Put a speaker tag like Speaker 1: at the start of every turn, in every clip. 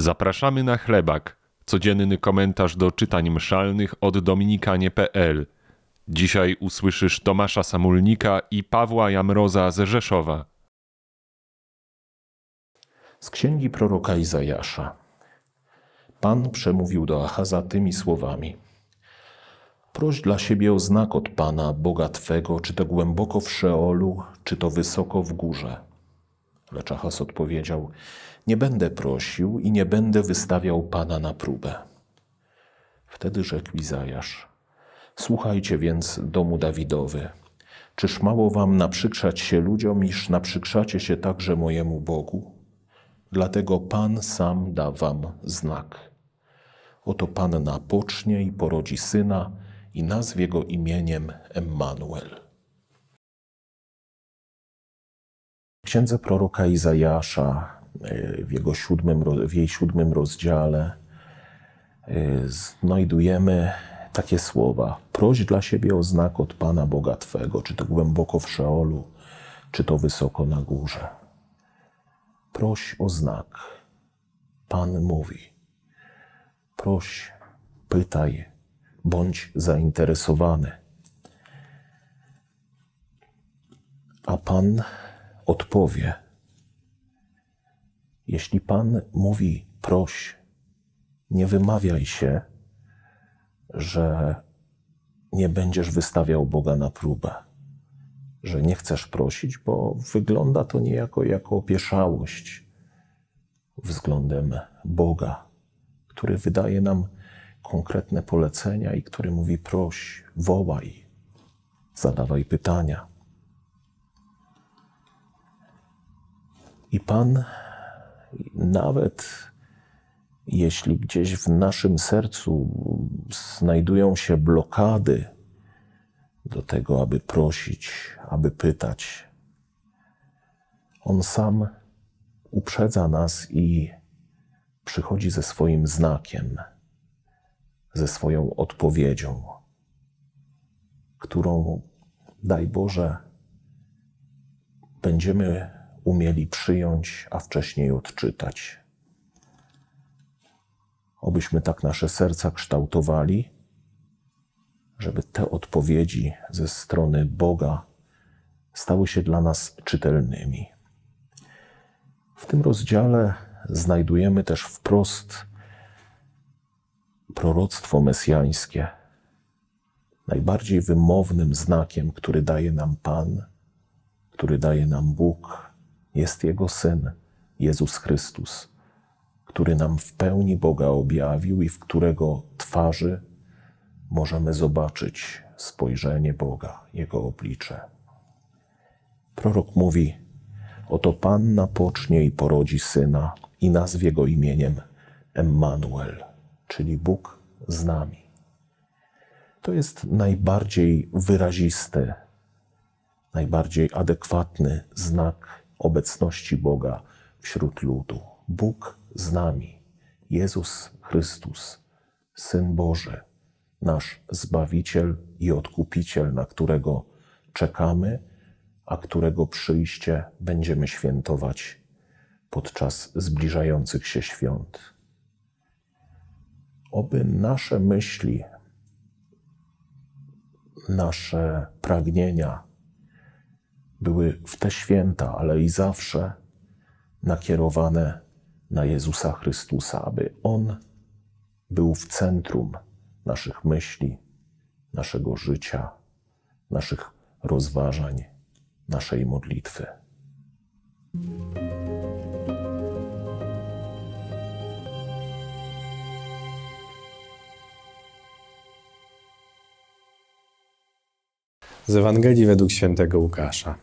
Speaker 1: Zapraszamy na chlebak, codzienny komentarz do czytań mszalnych od dominikanie.pl. Dzisiaj usłyszysz Tomasza Samulnika i Pawła Jamroza z Rzeszowa.
Speaker 2: Z księgi proroka Izajasza. Pan przemówił do Achaza tymi słowami. Proś dla siebie o znak od Pana, Boga Twego, czy to głęboko w Szeolu, czy to wysoko w górze. Lecz Achaz odpowiedział, nie będę prosił i nie będę wystawiał Pana na próbę. Wtedy rzekł Izajasz, słuchajcie więc, domu Dawidowy, czyż mało wam naprzykrzać się ludziom, iż naprzykrzacie się także mojemu Bogu? Dlatego Pan sam da wam znak. Oto Panna pocznie i porodzi syna i nazwie go imieniem Emmanuel. W księdze proroka Izajasza, w jej 7 rozdziale, znajdujemy takie słowa. Proś dla siebie o znak od Pana Boga Twego, czy to głęboko w Szeolu, czy to wysoko na górze. Proś o znak. Pan mówi. Proś, pytaj, bądź zainteresowany. A Pan odpowie. Jeśli Pan mówi proś, nie wymawiaj się, że nie będziesz wystawiał Boga na próbę, że nie chcesz prosić, bo wygląda to niejako jako opieszałość względem Boga, który wydaje nam konkretne polecenia i który mówi proś, wołaj, zadawaj pytania. I Pan, nawet jeśli gdzieś w naszym sercu znajdują się blokady do tego, aby prosić, aby pytać, On sam uprzedza nas i przychodzi ze swoim znakiem, ze swoją odpowiedzią, którą, daj Boże, będziemy umieli przyjąć, a wcześniej odczytać. Obyśmy tak nasze serca kształtowali, żeby te odpowiedzi ze strony Boga stały się dla nas czytelnymi. W tym rozdziale znajdujemy też wprost proroctwo mesjańskie. Najbardziej wymownym znakiem, który daje nam Pan, który daje nam Bóg, jest Jego Syn, Jezus Chrystus, który nam w pełni Boga objawił i w którego twarzy możemy zobaczyć spojrzenie Boga, Jego oblicze. Prorok mówi, oto Panna pocznie i porodzi syna i nazwie go imieniem Emmanuel, czyli Bóg z nami. To jest najbardziej wyrazisty, najbardziej adekwatny znak obecności Boga wśród ludu. Bóg z nami, Jezus Chrystus, Syn Boży, nasz Zbawiciel i Odkupiciel, na którego czekamy, a którego przyjście będziemy świętować podczas zbliżających się świąt. Oby nasze myśli, nasze pragnienia były w te święta, ale i zawsze nakierowane na Jezusa Chrystusa, aby On był w centrum naszych myśli, naszego życia, naszych rozważań, naszej modlitwy.
Speaker 3: Z Ewangelii według świętego Łukasza.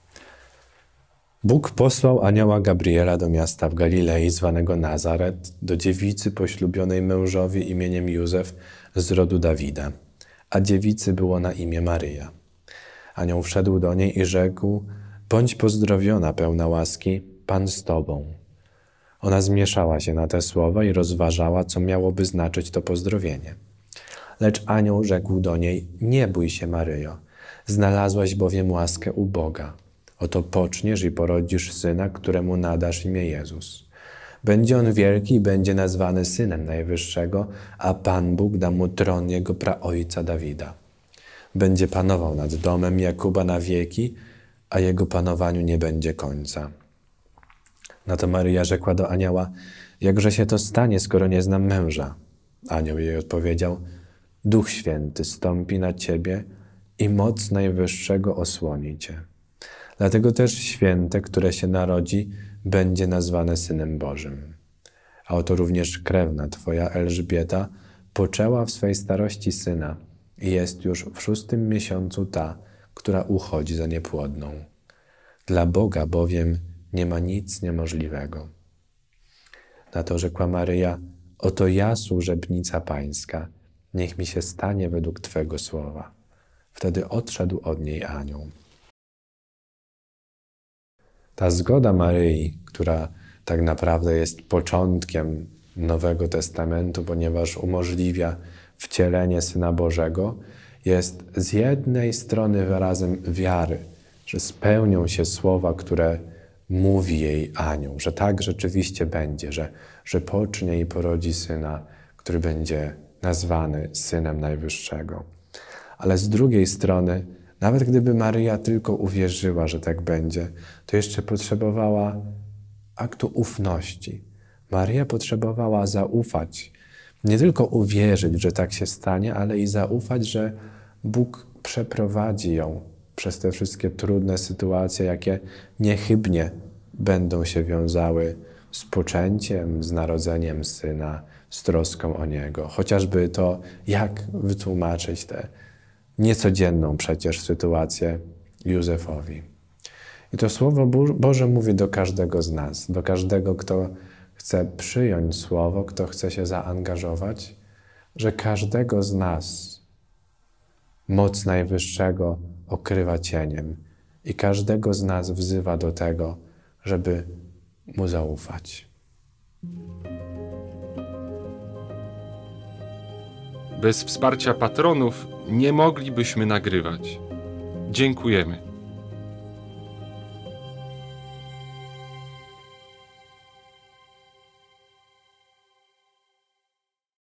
Speaker 3: Bóg posłał anioła Gabriela do miasta w Galilei zwanego Nazaret, do dziewicy poślubionej mężowi imieniem Józef z rodu Dawida, a dziewicy było na imię Maryja. Anioł wszedł do niej i rzekł, bądź pozdrowiona, pełna łaski, Pan z tobą. Ona zmieszała się na te słowa i rozważała, co miałoby znaczyć to pozdrowienie. Lecz anioł rzekł do niej, nie bój się, Maryjo, znalazłaś bowiem łaskę u Boga. Oto poczniesz i porodzisz syna, któremu nadasz imię Jezus. Będzie on wielki i będzie nazwany Synem Najwyższego, a Pan Bóg da mu tron jego praojca Dawida. Będzie panował nad domem Jakuba na wieki, a jego panowaniu nie będzie końca. Na to Maryja rzekła do anioła: jakże się to stanie, skoro nie znam męża? Anioł jej odpowiedział: Duch Święty stąpi na ciebie i moc Najwyższego osłoni cię. Dlatego też święte, które się narodzi, będzie nazwane Synem Bożym. A oto również krewna twoja Elżbieta poczęła w swej starości syna i jest już w 6. miesiącu ta, która uchodzi za niepłodną. Dla Boga bowiem nie ma nic niemożliwego. Na to rzekła Maryja: oto ja, służebnica Pańska, niech mi się stanie według Twego słowa. Wtedy odszedł od niej anioł. Ta zgoda Maryi, która tak naprawdę jest początkiem Nowego Testamentu, ponieważ umożliwia wcielenie Syna Bożego, jest z jednej strony wyrazem wiary, że spełnią się słowa, które mówi jej anioł, że tak rzeczywiście będzie, że pocznie i porodzi Syna, który będzie nazwany Synem Najwyższego. Ale z drugiej strony, nawet gdyby Maryja tylko uwierzyła, że tak będzie, to jeszcze potrzebowała aktu ufności. Maryja potrzebowała zaufać, nie tylko uwierzyć, że tak się stanie, ale i zaufać, że Bóg przeprowadzi ją przez te wszystkie trudne sytuacje, jakie niechybnie będą się wiązały z poczęciem, z narodzeniem Syna, z troską o Niego. Chociażby to, jak wytłumaczyć tę niecodzienną przecież sytuację Józefowi. I to Słowo Boże mówi do każdego z nas, do każdego, kto chce przyjąć Słowo, kto chce się zaangażować, że każdego z nas moc Najwyższego okrywa cieniem i każdego z nas wzywa do tego, żeby Mu zaufać.
Speaker 1: Bez wsparcia patronów nie moglibyśmy nagrywać. Dziękujemy.